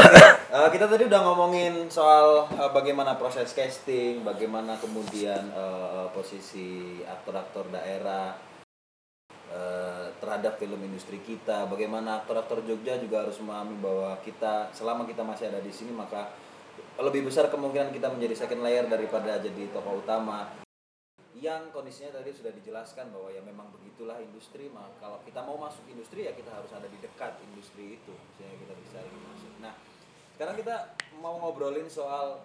Kita tadi udah ngomongin soal bagaimana proses casting, bagaimana kemudian posisi aktor-aktor daerah terhadap film industri kita, bagaimana aktor-aktor Jogja juga harus memahami bahwa kita selama kita masih ada di sini maka lebih besar kemungkinan kita menjadi second layer daripada jadi tokoh utama. Yang kondisinya tadi sudah dijelaskan bahwa ya memang begitulah industri, maka kalau kita mau masuk industri ya kita harus ada di dekat industri itu sehingga kita bisa masuk. Nah, sekarang kita mau ngobrolin soal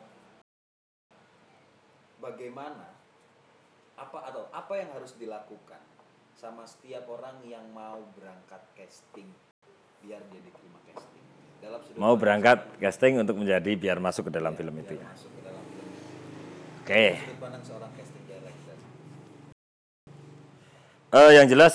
bagaimana apa yang harus dilakukan sama setiap orang yang mau berangkat casting biar dia diterima casting. Mau berangkat casting untuk menjadi biar masuk ke dalam film itu ya. Masuk ke dalam film. Oke. Sudut pandang seorang casting director. Yang jelas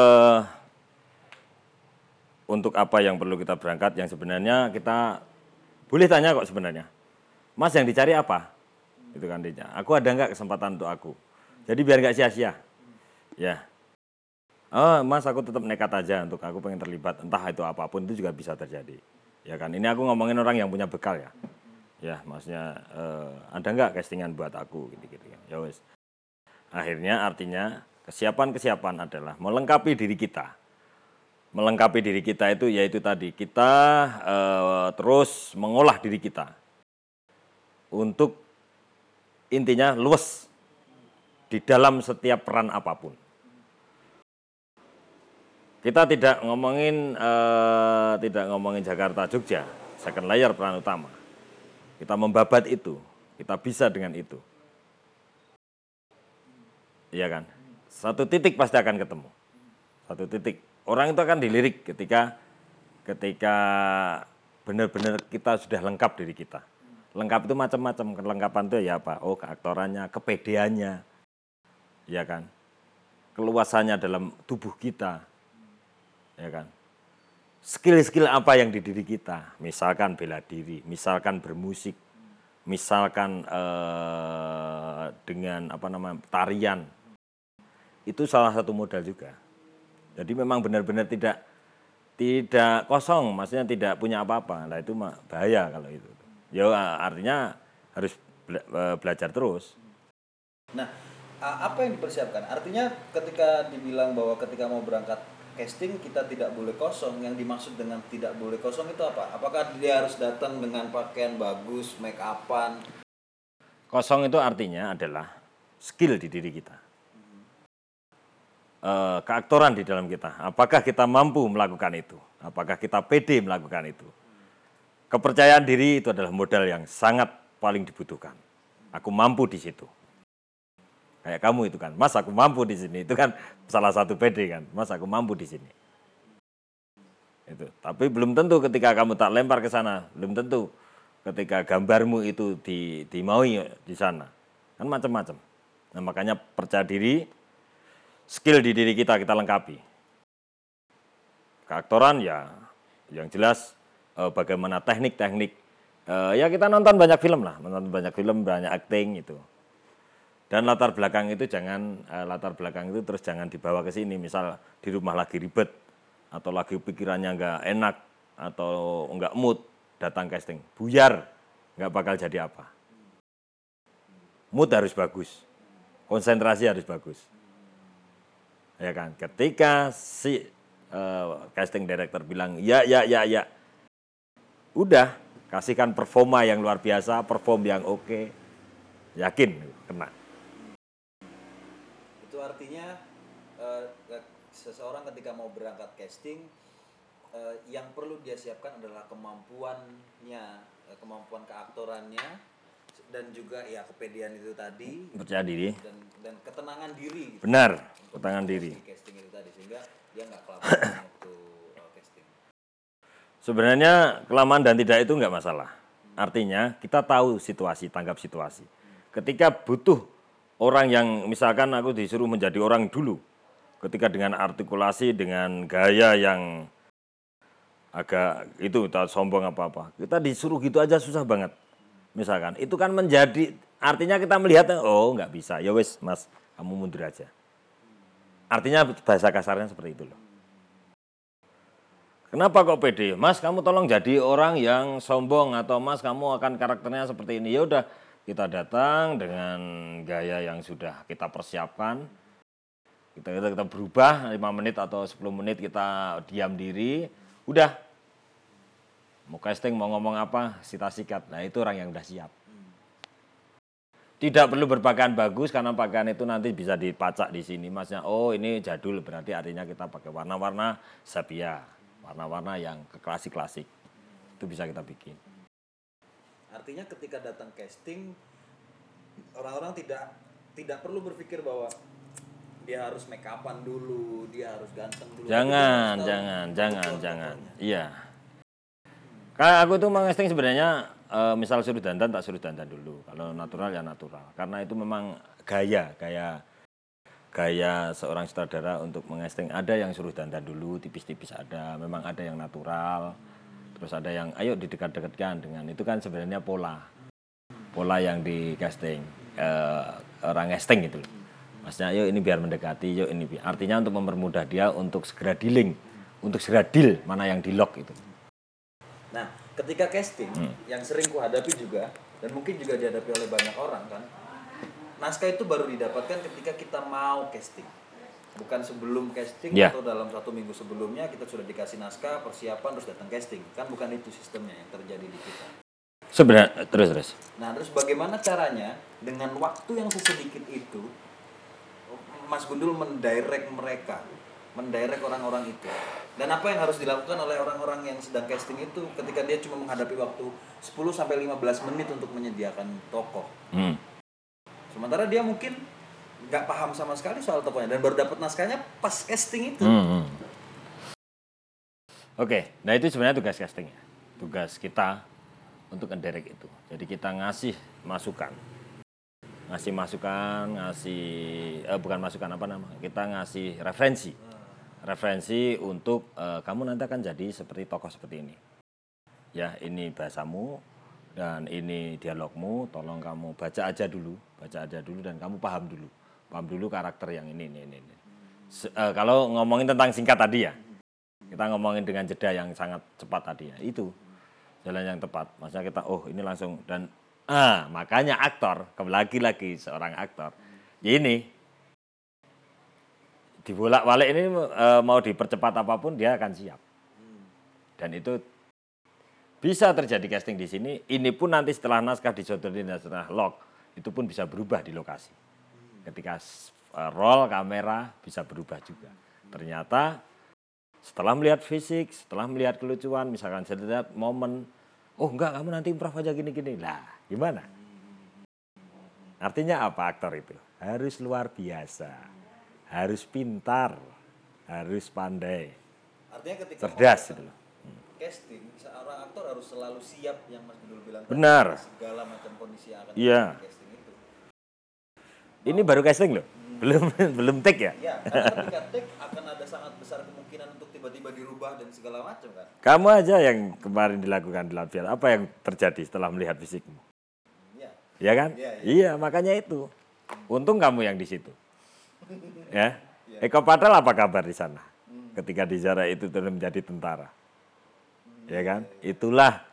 untuk apa yang perlu kita berangkat, yang sebenarnya kita boleh tanya kok sebenarnya. Mas, yang dicari apa? Itu kan dia. Aku ada nggak kesempatan untuk aku? Jadi biar nggak sia-sia. Ya. Oh, Mas, aku tetap nekat aja untuk aku pengen terlibat. Entah itu apapun itu juga bisa terjadi. Ya kan. Ini aku ngomongin orang yang punya bekal ya. Ya, maksudnya ada nggak castingan buat aku gitu-gitu ya. Ya wes. Akhirnya artinya kesiapan adalah melengkapi diri kita. Melengkapi diri kita itu yaitu tadi kita terus mengolah diri kita untuk intinya luwes di dalam setiap peran apapun. Kita tidak ngomongin Jakarta Jogja, second layer peran utama. Kita membabat itu, kita bisa dengan itu. Iya kan? Satu titik pasti akan ketemu. Satu titik. Orang itu akan dilirik ketika benar-benar kita sudah lengkap diri kita. Lengkap itu macam-macam. Kelengkapan itu ya apa? Oh, keaktorannya, kepedeannya. Ya kan? Keluasannya dalam tubuh kita. Ya kan? Skill-skill apa yang di diri kita? Misalkan bela diri, misalkan bermusik, misalkan dengan tarian. Itu salah satu modal juga. Jadi memang benar-benar tidak kosong, maksudnya tidak punya apa-apa. Nah itu bahaya kalau itu. Ya artinya harus belajar terus. Nah, apa yang dipersiapkan? Artinya ketika dibilang bahwa ketika mau berangkat casting kita tidak boleh kosong, yang dimaksud dengan tidak boleh kosong itu apa? Apakah dia harus datang dengan pakaian bagus, make up-an? Kosong itu artinya adalah skill di diri kita. Keaktoran di dalam kita. Apakah kita mampu melakukan itu? Apakah kita pede melakukan itu? Kepercayaan diri itu adalah modal yang sangat paling dibutuhkan. Aku mampu di situ. Kayak kamu itu kan, Mas aku mampu di sini. Itu kan salah satu pede kan, Mas aku mampu di sini. Itu. Tapi belum tentu ketika kamu tak lempar ke sana, belum tentu ketika gambarmu itu dimaui di sana. Kan macam-macam. Nah, makanya percaya diri, skill di diri kita lengkapi. Keaktoran ya yang jelas bagaimana teknik-teknik. Ya kita nonton banyak film lah, banyak acting itu. Dan latar belakang itu terus jangan dibawa ke sini. Misal di rumah lagi ribet atau lagi pikirannya nggak enak atau nggak mood, datang casting, buyar, nggak bakal jadi apa. Mood harus bagus, konsentrasi harus bagus. Ya kan, ketika si casting director bilang ya, udah kasihkan performa yang luar biasa, perform yang oke, yakin kena. Itu artinya seseorang ketika mau berangkat casting yang perlu dia siapkan adalah kemampuannya, kemampuan keaktorannya dan juga ya kepedean itu tadi, percaya diri dan ketenangan diri. Gitu. Benar, ketenangan diri. Casting itu tadi sehingga dia nggak kelamaan waktu casting. Sebenarnya kelamaan dan tidak itu nggak masalah. Artinya kita tahu situasi, tanggap situasi. Ketika butuh orang yang misalkan aku disuruh menjadi orang dulu, ketika dengan artikulasi, dengan gaya yang agak itu tak sombong apa-apa, kita disuruh gitu aja susah banget. Misalkan itu kan menjadi artinya kita melihat oh nggak bisa, ya wes Mas kamu mundur aja. Artinya bahasa kasarnya seperti itu loh. Kenapa kok pede? Mas, kamu tolong jadi orang yang sombong atau Mas kamu akan karakternya seperti ini. Ya udah, kita datang dengan gaya yang sudah kita persiapkan. Kita berubah 5 menit atau 10 menit kita diam diri. Udah. Mau casting mau ngomong apa, kita sikat. Nah, itu orang yang udah siap. Tidak perlu berpakaian bagus karena pakaian itu nanti bisa dipacak di sini. Masnya, oh ini jadul berarti artinya kita pakai warna-warna sepia. Warna-warna yang klasik-klasik. Itu bisa kita bikin. Artinya ketika datang casting, orang-orang tidak perlu berpikir bahwa dia harus make upan dulu, dia harus ganteng dulu. Jangan. Iya. Kayak aku tuh mau casting sebenarnya misal suruh dandan tak suruh dandan dulu. Kalau natural ya natural. Karena itu memang gaya seorang sutradara untuk mengesting. Ada yang suruh dandan dulu, tipis-tipis ada. Memang ada yang natural. Terus ada yang ayo didekat-dekatkan dengan itu kan sebenarnya pola yang di casting orang casting gitu loh. Maksudnya ayo ini biar mendekati, yuk ini artinya untuk mempermudah dia untuk segera dealing, untuk segera deal mana yang di lock itu. Nah, ketika casting yang sering kuhadapi juga dan mungkin juga dihadapi oleh banyak orang kan, naskah itu baru didapatkan ketika kita mau casting, bukan sebelum casting atau dalam 1 minggu sebelumnya kita sudah dikasih naskah, persiapan terus datang casting, kan bukan itu sistemnya yang terjadi di kita. Sebenarnya terus. Nah, terus bagaimana caranya dengan waktu yang sesedikit itu Mas Gundul mendirect orang-orang itu. Dan apa yang harus dilakukan oleh orang-orang yang sedang casting itu ketika dia cuma menghadapi waktu 10-15 menit untuk menyediakan tokoh. Sementara dia mungkin nggak paham sama sekali soal tokohnya dan baru dapat naskahnya pas casting itu. Oke, nah itu sebenarnya tugas casting ya. Tugas kita untuk mendirect itu. Jadi kita ngasih masukan. Kita ngasih referensi untuk kamu nanti akan jadi seperti tokoh seperti ini. Ya, ini bahasamu dan ini dialogmu, tolong kamu baca aja dulu dan kamu paham dulu karakter yang ini. Kalau ngomongin tentang singkat tadi ya, kita ngomongin dengan jeda yang sangat cepat tadi ya, itu jalan yang tepat. Maksudnya kita ini langsung dan makanya aktor, lagi seorang aktor ini dibolak-balik ini mau dipercepat apapun dia akan siap. Dan itu bisa terjadi casting di sini. Ini pun nanti setelah naskah dijodohin dan setelah lock itu pun bisa berubah di lokasi. Ketika roll kamera bisa berubah juga. Ternyata setelah melihat fisik, setelah melihat kelucuan, misalkan saya lihat momen, enggak kamu nanti improv aja gini-gini. Lah, gimana? Artinya apa aktor itu? Harus luar biasa. Harus pintar, harus pandai. Artinya ketika cerdas gitu loh. Casting, seorang aktor harus selalu siap yang Mas Gundul bilang. Benar. Segala macam kondisi yang akan casting itu. Ini baru casting loh. Belum take ya? Iya, karena ketika take akan ada sangat besar kemungkinan untuk tiba-tiba dirubah dan segala macam kan. Kamu aja yang kemarin dilakukan di latihan, apa yang terjadi setelah melihat fisikmu? Iya kan? Iya, makanya itu. Untung kamu yang di situ. Ya. Eko Padal apa kabar di sana? Ketika di Zara itu menjadi tentara. Ya kan? Itulah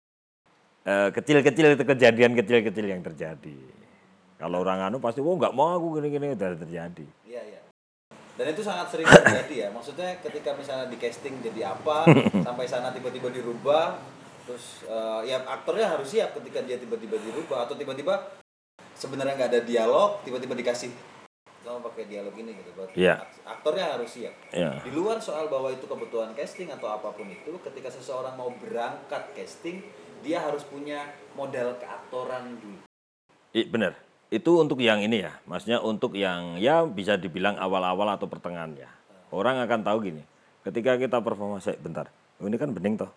kecil-kecil itu kejadian kecil-kecil yang terjadi. Kalau orang pasti nggak mau aku gini-gini udah terjadi. Iya. Dan itu sangat sering terjadi ya. Maksudnya ketika misalnya di casting jadi apa, sampai sana tiba-tiba dirubah, terus ya aktornya harus siap ketika dia tiba-tiba dirubah atau tiba-tiba sebenarnya nggak ada dialog, tiba-tiba dikasih kamu pakai dialog ini gitu. Aktornya harus siap. Di luar soal bahwa itu kebutuhan casting atau apapun itu, ketika seseorang mau berangkat casting, dia harus punya modal keaktoran dulu. Benar. Itu untuk yang ini ya, maksudnya untuk yang ya bisa dibilang awal-awal atau pertengahan ya. Orang akan tahu gini, ketika kita performa bentar, ini kan bening toh.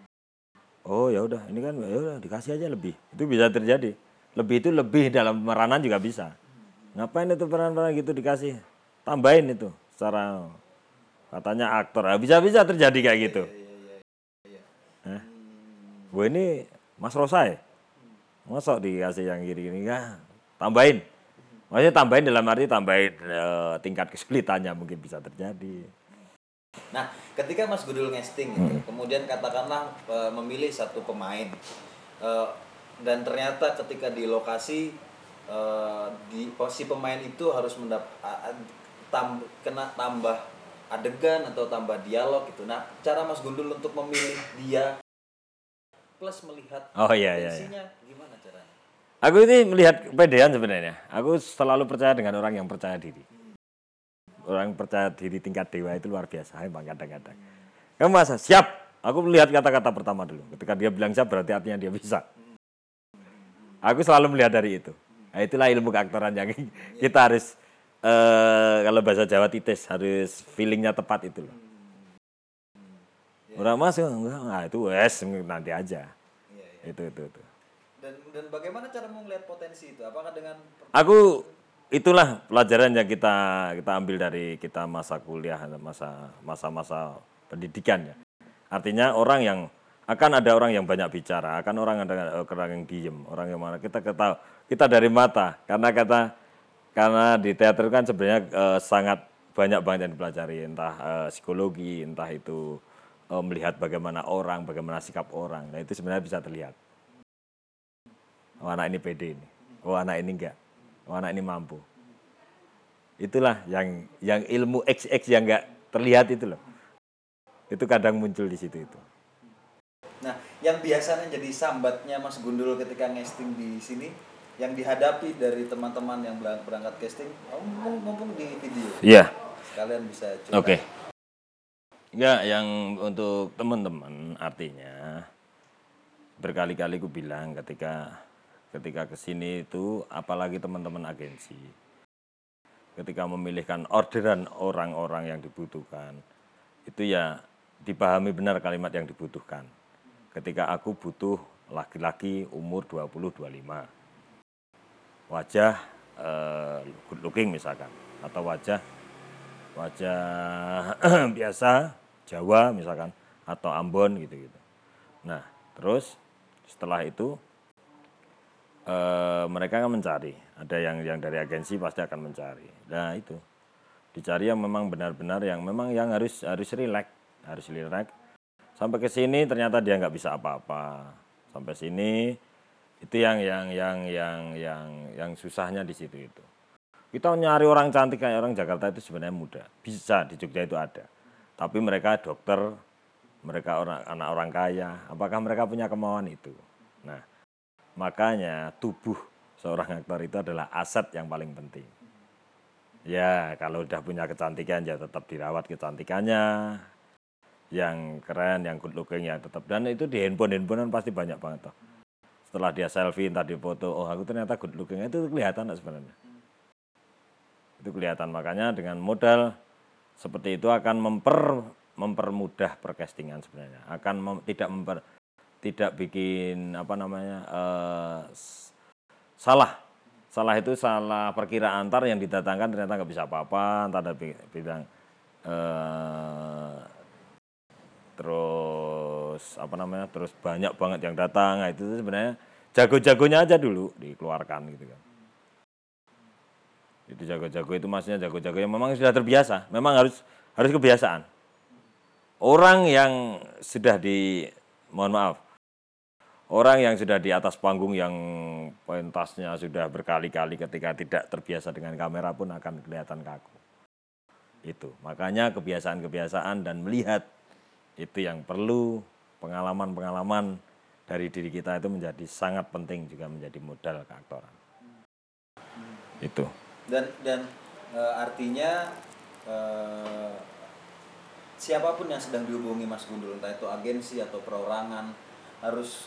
Oh ya udah, ini kan ya udah dikasih aja lebih. Itu bisa terjadi. Lebih itu lebih dalam peranan juga bisa. Ngapain itu peran-peran gitu dikasih? Tambahin itu secara katanya aktor. Bisa-bisa terjadi kayak gitu. Gue ini Mas Rosa ya? Masuk dikasih yang gini-gini ya. Tambahin. Maksudnya tambahin dalam arti tambahin tingkat kesulitannya mungkin bisa terjadi. Nah, ketika Mas Gundul ngesting gitu, kemudian katakanlah memilih satu pemain, eh, dan ternyata ketika di lokasi di posisi pemain itu harus kena tambah adegan atau tambah dialog gitu. Nah, cara Mas Gundul untuk memilih dia plus melihat Oh iya. potensinya gimana caranya? Aku ini melihat kepedean sebenarnya. Aku selalu percaya dengan orang yang percaya diri. Orang percaya diri tingkat dewa itu luar biasa emang kadang-kadang. Kamu masa siap? Aku melihat kata-kata pertama dulu. Ketika dia bilang siap berarti artinya dia bisa. Aku selalu melihat dari itu. Nah, itulah ilmu keaktoran yang kita harus kalau bahasa Jawa titis harus feelingnya tepat itu loh. Orang mas enggak, nah itu nanti aja. Itu. Dan bagaimana cara melihat potensi itu? Apakah dengan Aku itulah pelajaran yang kita ambil dari kita masa kuliah, masa pendidikan ya. Artinya orang yang akan ada orang yang banyak bicara, akan ada orang yang diem, orang yang mana kita dari mata karena di teater kan sebenarnya sangat banyak banget yang dipelajari, entah psikologi, entah itu melihat bagaimana orang, bagaimana sikap orang. Nah itu sebenarnya bisa terlihat. Oh anak ini pede ini, oh anak ini enggak, oh anak ini mampu. Itulah yang ilmu XX yang enggak terlihat itu loh. Itu kadang muncul di situ itu. Nah, yang biasanya jadi sambatnya Mas Gundul ketika ngesting di sini, yang dihadapi dari teman-teman yang berangkat casting, mumpung di video. Iya. Sekalian bisa coba. Oke. Enggak, yang untuk teman-teman artinya berkali-kali ku bilang ketika kesini itu apalagi teman-teman agensi ketika memilihkan orderan orang-orang yang dibutuhkan itu ya dipahami benar kalimat yang dibutuhkan. Ketika aku butuh laki-laki umur 20-25 wajah good looking misalkan atau wajah biasa Jawa misalkan atau Ambon gitu-gitu. Nah, terus setelah itu mereka akan mencari. Ada yang dari agensi pasti akan mencari. Nah, itu. Dicari yang memang benar-benar yang harus rileks, Sampai ke sini ternyata dia nggak bisa apa-apa. Sampai sini itu yang susahnya di situ itu. Kita nyari orang cantik kayak orang Jakarta itu sebenarnya mudah. Bisa di Jogja itu ada. Tapi mereka dokter, mereka anak orang kaya, apakah mereka punya kemauan itu? Nah, makanya tubuh seorang aktor itu adalah aset yang paling penting. Ya, kalau udah punya kecantikan ya tetap dirawat kecantikannya. Yang keren, yang good looking ya tetap. Dan itu di handphone pasti banyak banget toh. Setelah dia selfie, entah di foto, oh aku ternyata good looking, itu kelihatan sebenarnya. Itu kelihatan, makanya dengan modal seperti itu akan mempermudah percastingan sebenarnya. Tidak bikin salah itu salah perkiraan, antar yang didatangkan ternyata nggak bisa apa-apa, entar ada bilang terus banyak banget yang datang. Nah, itu sebenarnya jago-jagonya aja dulu dikeluarkan gitu kan. Itu jago-jago itu maksudnya jago-jago yang memang sudah terbiasa, memang harus kebiasaan. Orang yang sudah orang yang sudah di atas panggung yang pentasnya sudah berkali-kali ketika tidak terbiasa dengan kamera pun akan kelihatan kaku. Itu, makanya kebiasaan-kebiasaan dan melihat itu yang perlu, pengalaman-pengalaman dari diri kita itu menjadi sangat penting juga menjadi modal keaktoran. Itu. Dan artinya siapapun yang sedang dihubungi Mas Gundul, entah itu agensi atau perorangan, harus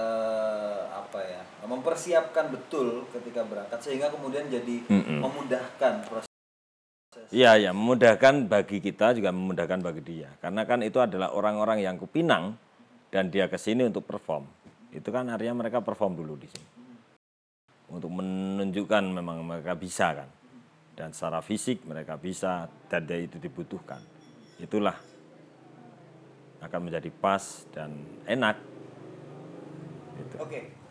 mempersiapkan betul ketika berangkat sehingga kemudian jadi memudahkan proses. Iya, memudahkan bagi kita juga memudahkan bagi dia. Karena kan itu adalah orang-orang yang kupinang dan dia ke sini untuk perform. Itu kan artinya mereka perform dulu di sini. Untuk menunjukkan memang mereka bisa kan. Dan secara fisik mereka bisa dan dia itu dibutuhkan. Itulah akan menjadi pas dan enak. Oke.